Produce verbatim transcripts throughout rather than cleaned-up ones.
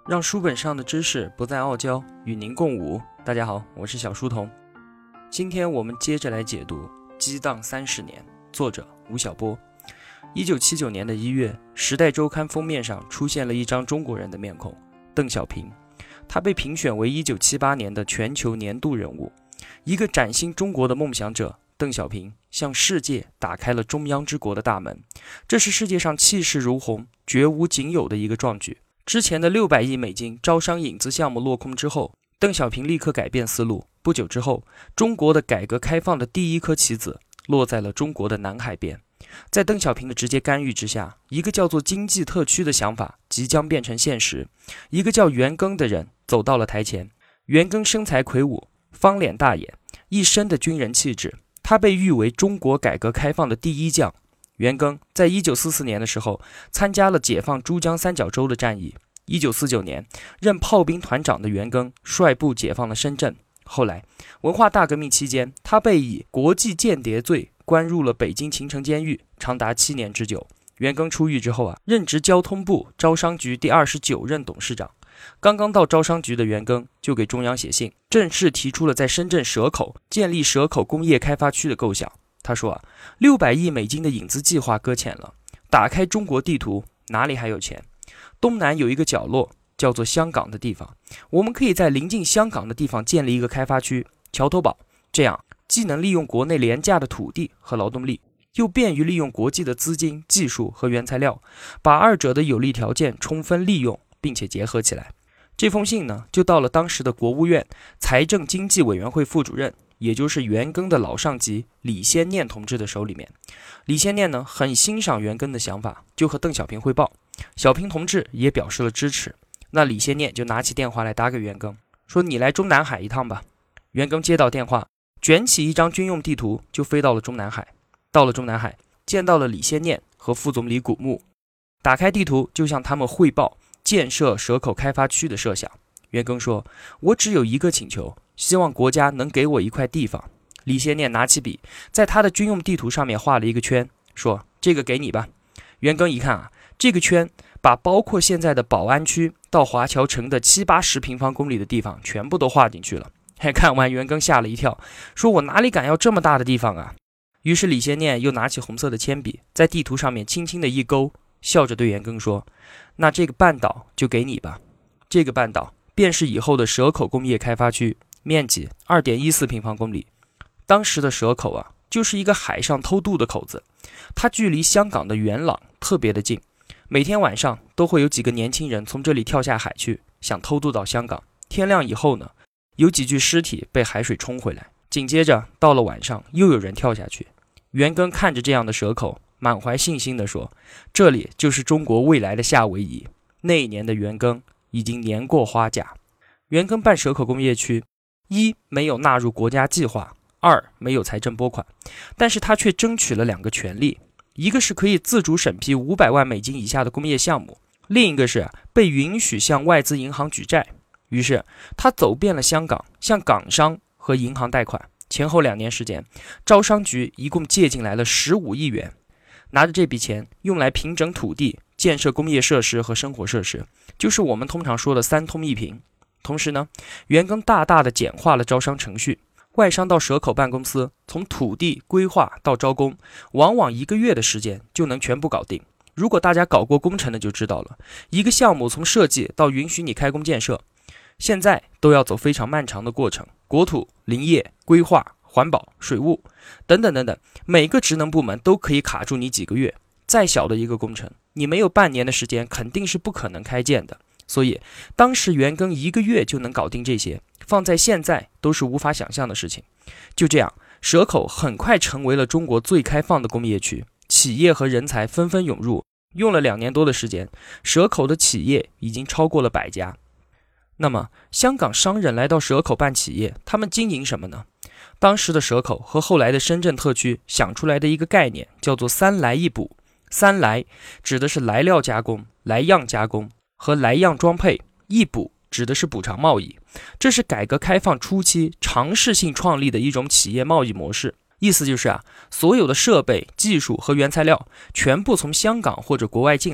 让书本上的知识不再傲娇，与您共舞。大家好，我是小书童。今天我们接着来解读《激荡三十年》，作者吴晓波。一九七九年的一月，《时代周刊》封面上出现了一张中国人的面孔——邓小平。他被评选为一九七八年的全球年度人物。一个崭新中国的梦想者，邓小平向世界打开了中央之国的大门。这是世界上气势如虹、绝无仅有的一个壮举。之前的六百亿美金招商引资项目落空之后，邓小平立刻改变思路。不久之后，中国的改革开放的第一颗棋子落在了中国的南海边。在邓小平的直接干预之下，一个叫做经济特区的想法即将变成现实。一个叫袁庚的人走到了台前。袁庚身材魁梧，方脸大眼，一身的军人气质，他被誉为中国改革开放的第一将。袁庚在一九四四年的时候参加了解放珠江三角洲的战役。一九四九年，任炮兵团长的袁庚率部解放了深圳。后来，文化大革命期间，他被以国际间谍罪关入了北京秦城监狱，长达七年之久。袁庚出狱之后啊，任职交通部招商局第二十九任董事长。刚刚到招商局的袁庚就给中央写信，正式提出了在深圳蛇口建立蛇口工业开发区的构想。他说啊，六百亿美金的引资计划搁浅了。打开中国地图，哪里还有钱？东南有一个角落叫做香港的地方，我们可以在临近香港的地方建立一个开发区桥头堡，这样既能利用国内廉价的土地和劳动力，又便于利用国际的资金、技术和原材料，把二者的有利条件充分利用并且结合起来。这封信呢，就到了当时的国务院财政经济委员会副主任，也就是袁庚的老上级李先念同志的手里面。李先念呢，很欣赏袁庚的想法，就和邓小平汇报。小平同志也表示了支持。那李先念就拿起电话来打给袁庚，说你来中南海一趟吧。袁庚接到电话，卷起一张军用地图就飞到了中南海。到了中南海，见到了李先念和副总理古牧，打开地图就向他们汇报建设蛇口开发区的设想。袁庚说，我只有一个请求，希望国家能给我一块地方。李先念拿起笔，在他的军用地图上面画了一个圈，说这个给你吧。袁庚一看啊，这个圈把包括现在的宝安区到华侨城的七八十平方公里的地方全部都画进去了。看完袁庚吓了一跳，说我哪里敢要这么大的地方啊。于是李先念又拿起红色的铅笔，在地图上面轻轻的一勾，笑着对袁庚说，那这个半岛就给你吧。这个半岛便是以后的蛇口工业开发区，面积 二点一四平方公里。当时的蛇口啊，就是一个海上偷渡的口子，它距离香港的元朗特别的近，每天晚上都会有几个年轻人从这里跳下海去，想偷渡到香港。天亮以后呢，有几具尸体被海水冲回来，紧接着到了晚上又有人跳下去。袁庚看着这样的蛇口，满怀信心地说，这里就是中国未来的夏威夷。那一年的袁庚已经年过花甲。袁庚办蛇口工业区，一没有纳入国家计划，二没有财政拨款，但是他却争取了两个权利，一个是可以自主审批五百万美金以下的工业项目，另一个是被允许向外资银行举债。于是他走遍了香港，向港商和银行贷款，前后两年时间，招商局一共借进来了十五亿元，拿着这笔钱用来平整土地，建设工业设施和生活设施，就是我们通常说的三通一平。同时呢，袁庚大大的简化了招商程序，外商到蛇口办公司，从土地规划到招工，往往一个月的时间就能全部搞定。如果大家搞过工程的就知道了，一个项目从设计到允许你开工建设，现在都要走非常漫长的过程，国土、林业、规划、环保、水务等等等等，每个职能部门都可以卡住你几个月。再小的一个工程，你没有半年的时间肯定是不可能开建的。所以当时袁庚一个月就能搞定这些，放在现在都是无法想象的事情。就这样，蛇口很快成为了中国最开放的工业区，企业和人才纷纷涌入。用了两年多的时间，蛇口的企业已经超过了百家。那么香港商人来到蛇口办企业，他们经营什么呢？当时的蛇口和后来的深圳特区想出来的一个概念叫做三来一补。三来指的是来料加工、来样加工和来样装配，一补指的是补偿贸易。这是改革开放初期尝试性创立的一种企业贸易模式。意思就是啊，所有的设备、技术和原材料全部从香港或者国外进来，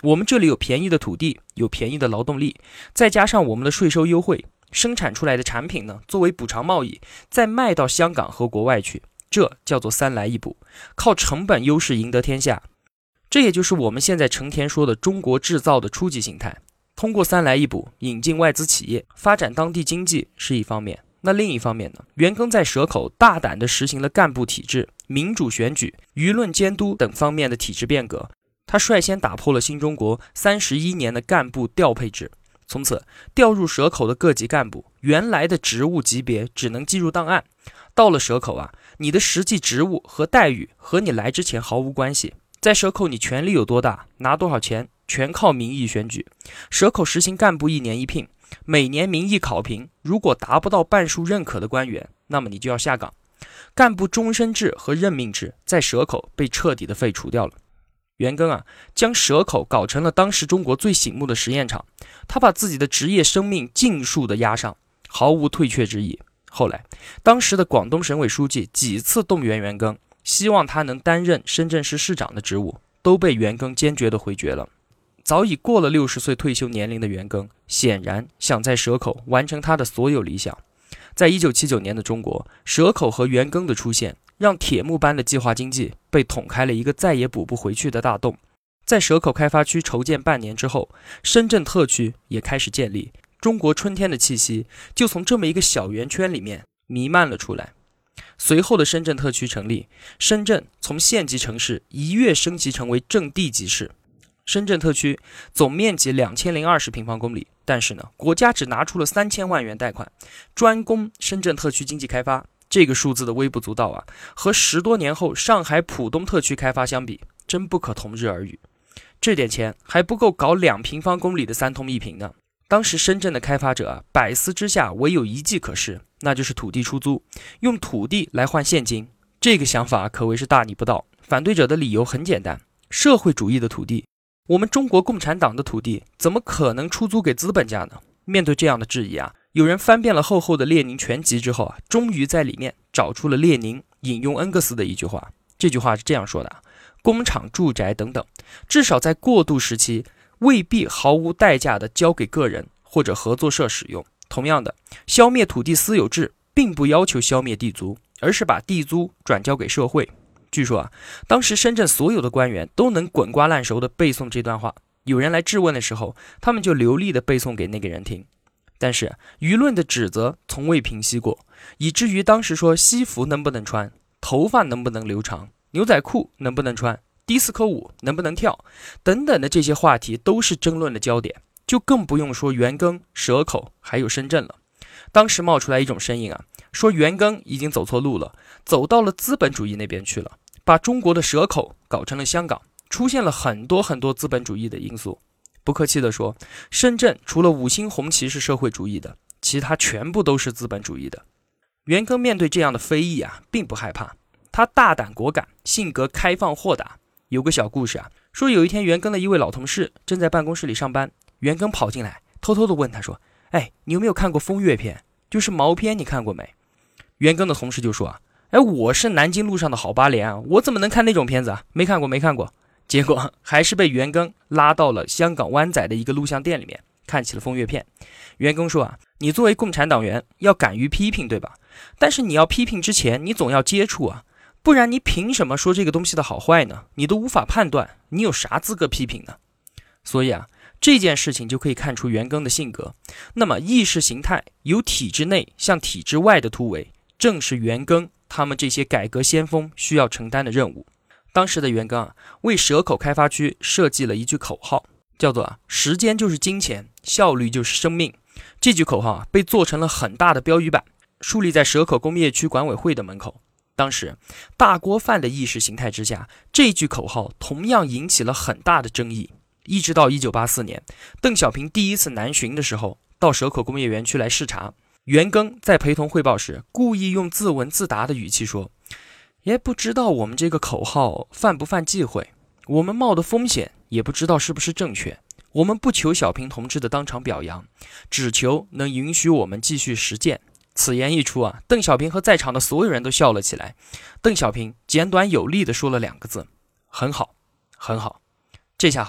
我们这里有便宜的土地，有便宜的劳动力，再加上我们的税收优惠，生产出来的产品呢，作为补偿贸易，再卖到香港和国外去，这叫做三来一补，靠成本优势赢得天下。这也就是我们现在成天说的中国制造的初级形态。通过三来一补，引进外资企业，发展当地经济是一方面，那另一方面呢，袁庚在蛇口大胆地实行了干部体制、民主选举、舆论监督等方面的体制变革。他率先打破了新中国三十一年的干部调配制，从此调入蛇口的各级干部，原来的职务级别只能记入档案，到了蛇口啊，你的实际职务和待遇和你来之前毫无关系。在蛇口你权力有多大，拿多少钱，全靠民意选举。蛇口实行干部一年一聘，每年民意考评，如果达不到半数认可的官员，那么你就要下岗。干部终身制和任命制在蛇口被彻底的废除掉了。袁庚啊，将蛇口搞成了当时中国最醒目的实验场，他把自己的职业生命尽数的押上，毫无退却之意。后来，当时的广东省委书记几次动员袁庚，希望他能担任深圳市市长的职务，都被袁庚坚决的回绝了。早已过了六十岁退休年龄的袁庚，显然想在蛇口完成他的所有理想。在一九七九年的中国，蛇口和袁庚的出现，让铁幕般的计划经济被捅开了一个再也补不回去的大洞。在蛇口开发区筹建半年之后，深圳特区也开始建立，中国春天的气息就从这么一个小圆圈里面弥漫了出来。随后的深圳特区成立，深圳从县级城市一跃升级成为正地级市。深圳特区总面积两千零二十平方公里，但是呢，国家只拿出了三千万元贷款，专供深圳特区经济开发。这个数字的微不足道啊，和十多年后上海浦东特区开发相比，真不可同日而语。这点钱还不够搞两平方公里的三通一平呢。当时深圳的开发者啊，百思之下唯有一计可施，那就是土地出租，用土地来换现金。这个想法可谓是大逆不道。反对者的理由很简单，社会主义的土地，我们中国共产党的土地怎么可能出租给资本家呢？面对这样的质疑啊，有人翻遍了厚厚的列宁全集之后啊，终于在里面找出了列宁引用恩格斯的一句话。这句话是这样说的啊：工厂、住宅等等，至少在过渡时期未必毫无代价的交给个人或者合作社使用。同样的，消灭土地私有制并不要求消灭地租，而是把地租转交给社会。据说啊，当时深圳所有的官员都能滚瓜烂熟地背诵这段话，有人来质问的时候，他们就流利地背诵给那个人听。但是舆论的指责从未平息过，以至于当时说西服能不能穿，头发能不能留长，牛仔裤能不能穿，迪斯科舞能不能跳等等的这些话题都是争论的焦点，就更不用说袁庚、蛇口还有深圳了。当时冒出来一种声音啊，说袁庚已经走错路了，走到了资本主义那边去了，把中国的蛇口搞成了香港，出现了很多很多资本主义的因素。不客气地说，深圳除了五星红旗是社会主义的，其他全部都是资本主义的。袁庚面对这样的非议啊，并不害怕，他大胆果敢，性格开放豁达。有个小故事啊，说有一天袁庚的一位老同事正在办公室里上班，袁庚跑进来，偷偷地问他说：哎，你有没有看过风月片？就是毛片，你看过没？袁庚的同事就说啊，哎，我是南京路上的好八连啊，我怎么能看那种片子啊？没看过，没看过。结果还是被袁庚拉到了香港湾仔的一个录像店里面，看起了风月片。袁庚说啊，你作为共产党员要敢于批评，对吧？但是你要批评之前，你总要接触啊，不然你凭什么说这个东西的好坏呢？你都无法判断，你有啥资格批评呢？所以啊，这件事情就可以看出袁庚的性格。那么意识形态由体制内向体制外的突围，正是袁庚他们这些改革先锋需要承担的任务。当时的袁庚啊，为蛇口开发区设计了一句口号，叫做啊，时间就是金钱，效率就是生命。这句口号啊，被做成了很大的标语板，树立在蛇口工业区管委会的门口。当时大锅饭的意识形态之下，这句口号同样引起了很大的争议。一直到一九八四年，邓小平第一次南巡的时候，到蛇口工业园区来视察，袁庚在陪同汇报时，故意用自问自答的语气说：也不知道我们这个口号犯不犯忌讳，我们冒的风险也不知道是不是正确，我们不求小平同志的当场表扬，只求能允许我们继续实践。此言一出啊，邓小平和在场的所有人都笑了起来。邓小平简短有力地说了两个字：很好，很好。这下好了，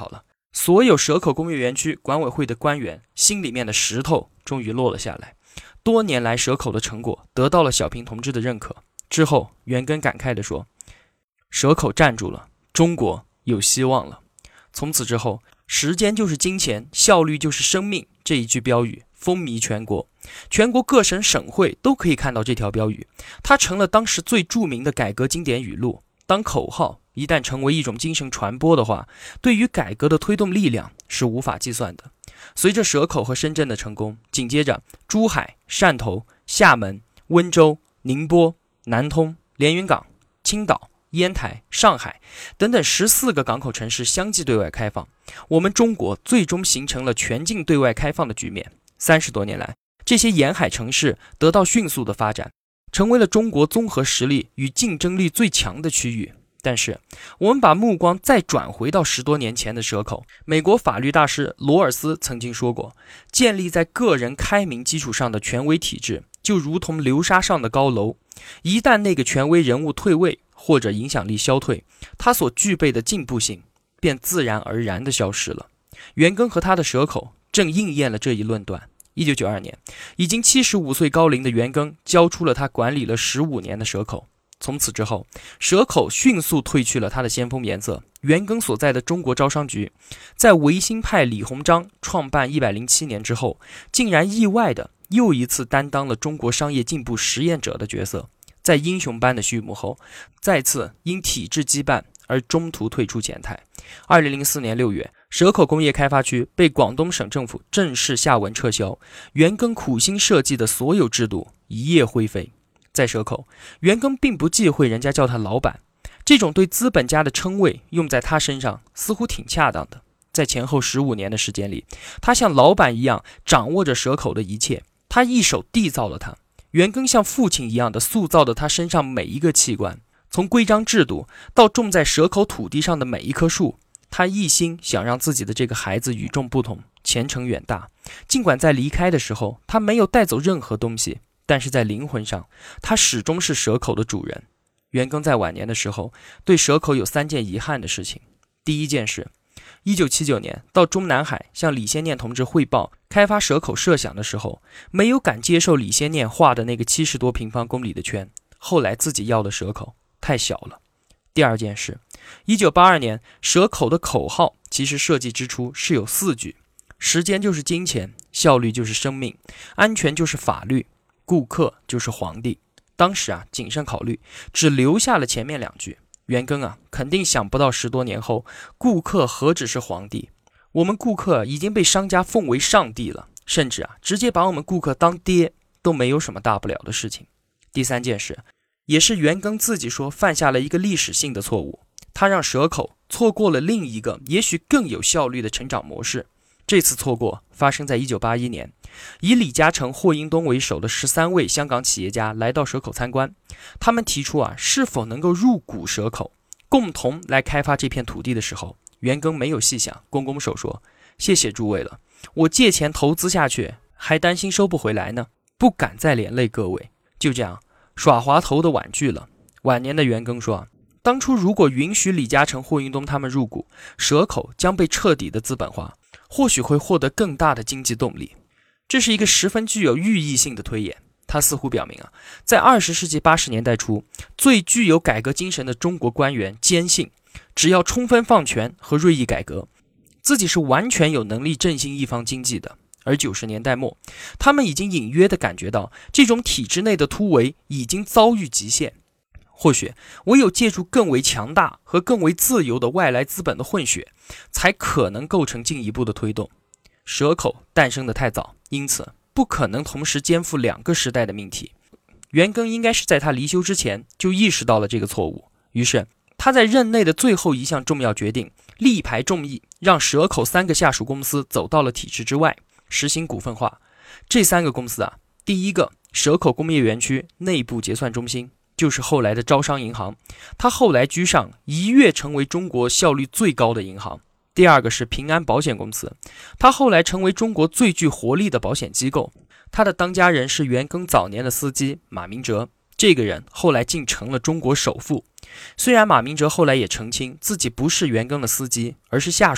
所有蛇口工业园区管委会的官员心里面的石头终于落了下来。多年来蛇口的成果得到了小平同志的认可。之后袁庚感慨地说，蛇口站住了，中国有希望了。从此之后，时间就是金钱，效率就是生命，这一句标语风靡全国，全国各省省会都可以看到这条标语，它成了当时最著名的改革经典语录。当口号一旦成为一种精神传播的话，对于改革的推动力量是无法计算的。随着蛇口和深圳的成功，紧接着珠海、汕头、厦门、温州、宁波、南通、连云港、青岛、烟台、上海等等十四个港口城市相继对外开放，我们中国最终形成了全境对外开放的局面。三十多年来，这些沿海城市得到迅速的发展，成为了中国综合实力与竞争力最强的区域。但是我们把目光再转回到十多年前的蛇口，美国法律大师罗尔斯曾经说过，建立在个人开明基础上的权威体制就如同流沙上的高楼，一旦那个权威人物退位或者影响力消退，他所具备的进步性便自然而然地消失了。袁庚和他的蛇口正应验了这一论断。一九九二年，已经七十五岁高龄的袁庚交出了他管理了十五年的蛇口。从此之后，蛇口迅速褪去了他的先锋颜色。袁庚所在的中国招商局，在维新派李鸿章创办一百零七年之后，竟然意外的又一次担当了中国商业进步实验者的角色。在英雄般的序幕后，再次因体制羁绊而中途退出前台。二零零四年六月，蛇口工业开发区被广东省政府正式下文撤销，袁庚苦心设计的所有制度一夜灰飞。在蛇口，袁庚并不忌讳人家叫他老板，这种对资本家的称谓用在他身上似乎挺恰当的。在前后十五年的时间里，他像老板一样掌握着蛇口的一切，他一手缔造了它。袁庚像父亲一样的塑造了他身上每一个器官，从规章制度到种在蛇口土地上的每一棵树，他一心想让自己的这个孩子与众不同，前程远大。尽管在离开的时候他没有带走任何东西，但是在灵魂上，他始终是蛇口的主人。袁庚在晚年的时候，对蛇口有三件遗憾的事情。第一件事，一九七九年到中南海向李先念同志汇报开发蛇口设想的时候，没有敢接受李先念画的那个七十多平方公里的圈，后来自己要的蛇口太小了。第二件事，一九八二年蛇口的口号其实设计之初是有四句：时间就是金钱，效率就是生命，安全就是法律，顾客就是皇帝。当时啊，谨慎考虑，只留下了前面两句。袁庚啊，肯定想不到十多年后，顾客何止是皇帝，我们顾客已经被商家奉为上帝了，甚至啊，直接把我们顾客当爹，都没有什么大不了的事情。第三件事，也是袁庚自己说犯下了一个历史性的错误，他让蛇口错过了另一个也许更有效率的成长模式。这次错过发生在一九八一年，以李嘉诚、霍英东为首的十三位香港企业家来到蛇口参观，他们提出啊，是否能够入股蛇口，共同来开发这片土地的时候，袁庚没有细想，拱拱手说：“谢谢诸位了，我借钱投资下去，还担心收不回来呢，不敢再连累各位。”就这样，耍滑头的婉拒了。晚年的袁庚说，当初如果允许李嘉诚、霍英东他们入股，蛇口将被彻底的资本化，或许会获得更大的经济动力。这是一个十分具有寓意性的推演，它似乎表明啊，在二十世纪八十年代初，最具有改革精神的中国官员坚信，只要充分放权和锐意改革，自己是完全有能力振兴一方经济的。而九十年代末，他们已经隐约地感觉到，这种体制内的突围已经遭遇极限。或许唯有借助更为强大和更为自由的外来资本的混血，才可能构成进一步的推动。蛇口诞生得太早，因此不可能同时肩负两个时代的命题。袁庚应该是在他离休之前就意识到了这个错误，于是他在任内的最后一项重要决定，力排众议，让蛇口三个下属公司走到了体制之外，实行股份化。这三个公司啊，第一个蛇口工业园区内部结算中心，就是后来的招商银行，它后来居上，一跃成为中国效率最高的银行。第二个是平安保险公司，它后来成为中国最具活力的保险机构，它的当家人是袁庚早年的司机马明哲，这个人后来竟成了中国首富。虽然马明哲后来也澄清自己不是袁庚的司机，而是下属，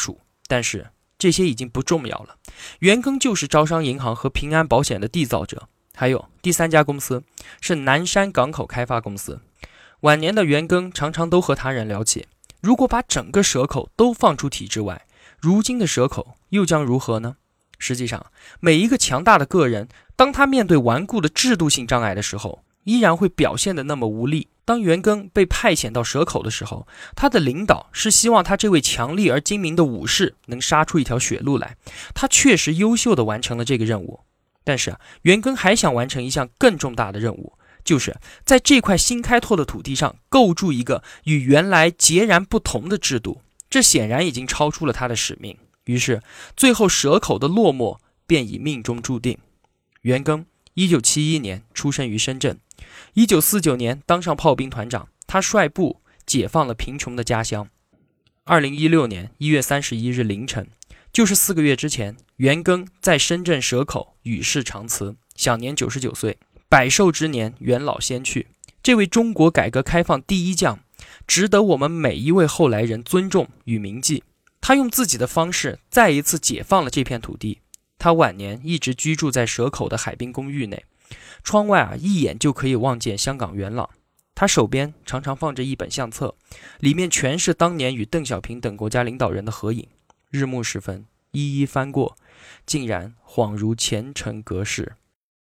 但是这些已经不重要了。袁庚就是招商银行和平安保险的缔造者。还有第三家公司是南山港口开发公司。晚年的袁庚常常都和他人聊起，如果把整个蛇口都放出体制外，如今的蛇口又将如何呢？实际上，每一个强大的个人，当他面对顽固的制度性障碍的时候，依然会表现得那么无力。当袁庚被派遣到蛇口的时候，他的领导是希望他这位强力而精明的武士能杀出一条血路来。他确实优秀地完成了这个任务，但是啊，袁庚还想完成一项更重大的任务，就是在这块新开拓的土地上构筑一个与原来截然不同的制度。这显然已经超出了他的使命，于是最后蛇口的落寞便已命中注定。袁庚一九七一年出生于深圳，一九四九年当上炮兵团长，他率部解放了贫穷的家乡。二零一六年一月三十一日凌晨，就是四个月之前，袁庚在深圳蛇口与世长辞，享年九十九岁。百寿之年，元老先去。这位中国改革开放第一将，值得我们每一位后来人尊重与铭记。他用自己的方式再一次解放了这片土地。他晚年一直居住在蛇口的海滨公寓内，窗外啊一眼就可以望见香港元朗。他手边常常放着一本相册，里面全是当年与邓小平等国家领导人的合影。日暮时分，一一翻过，竟然恍如前尘隔世。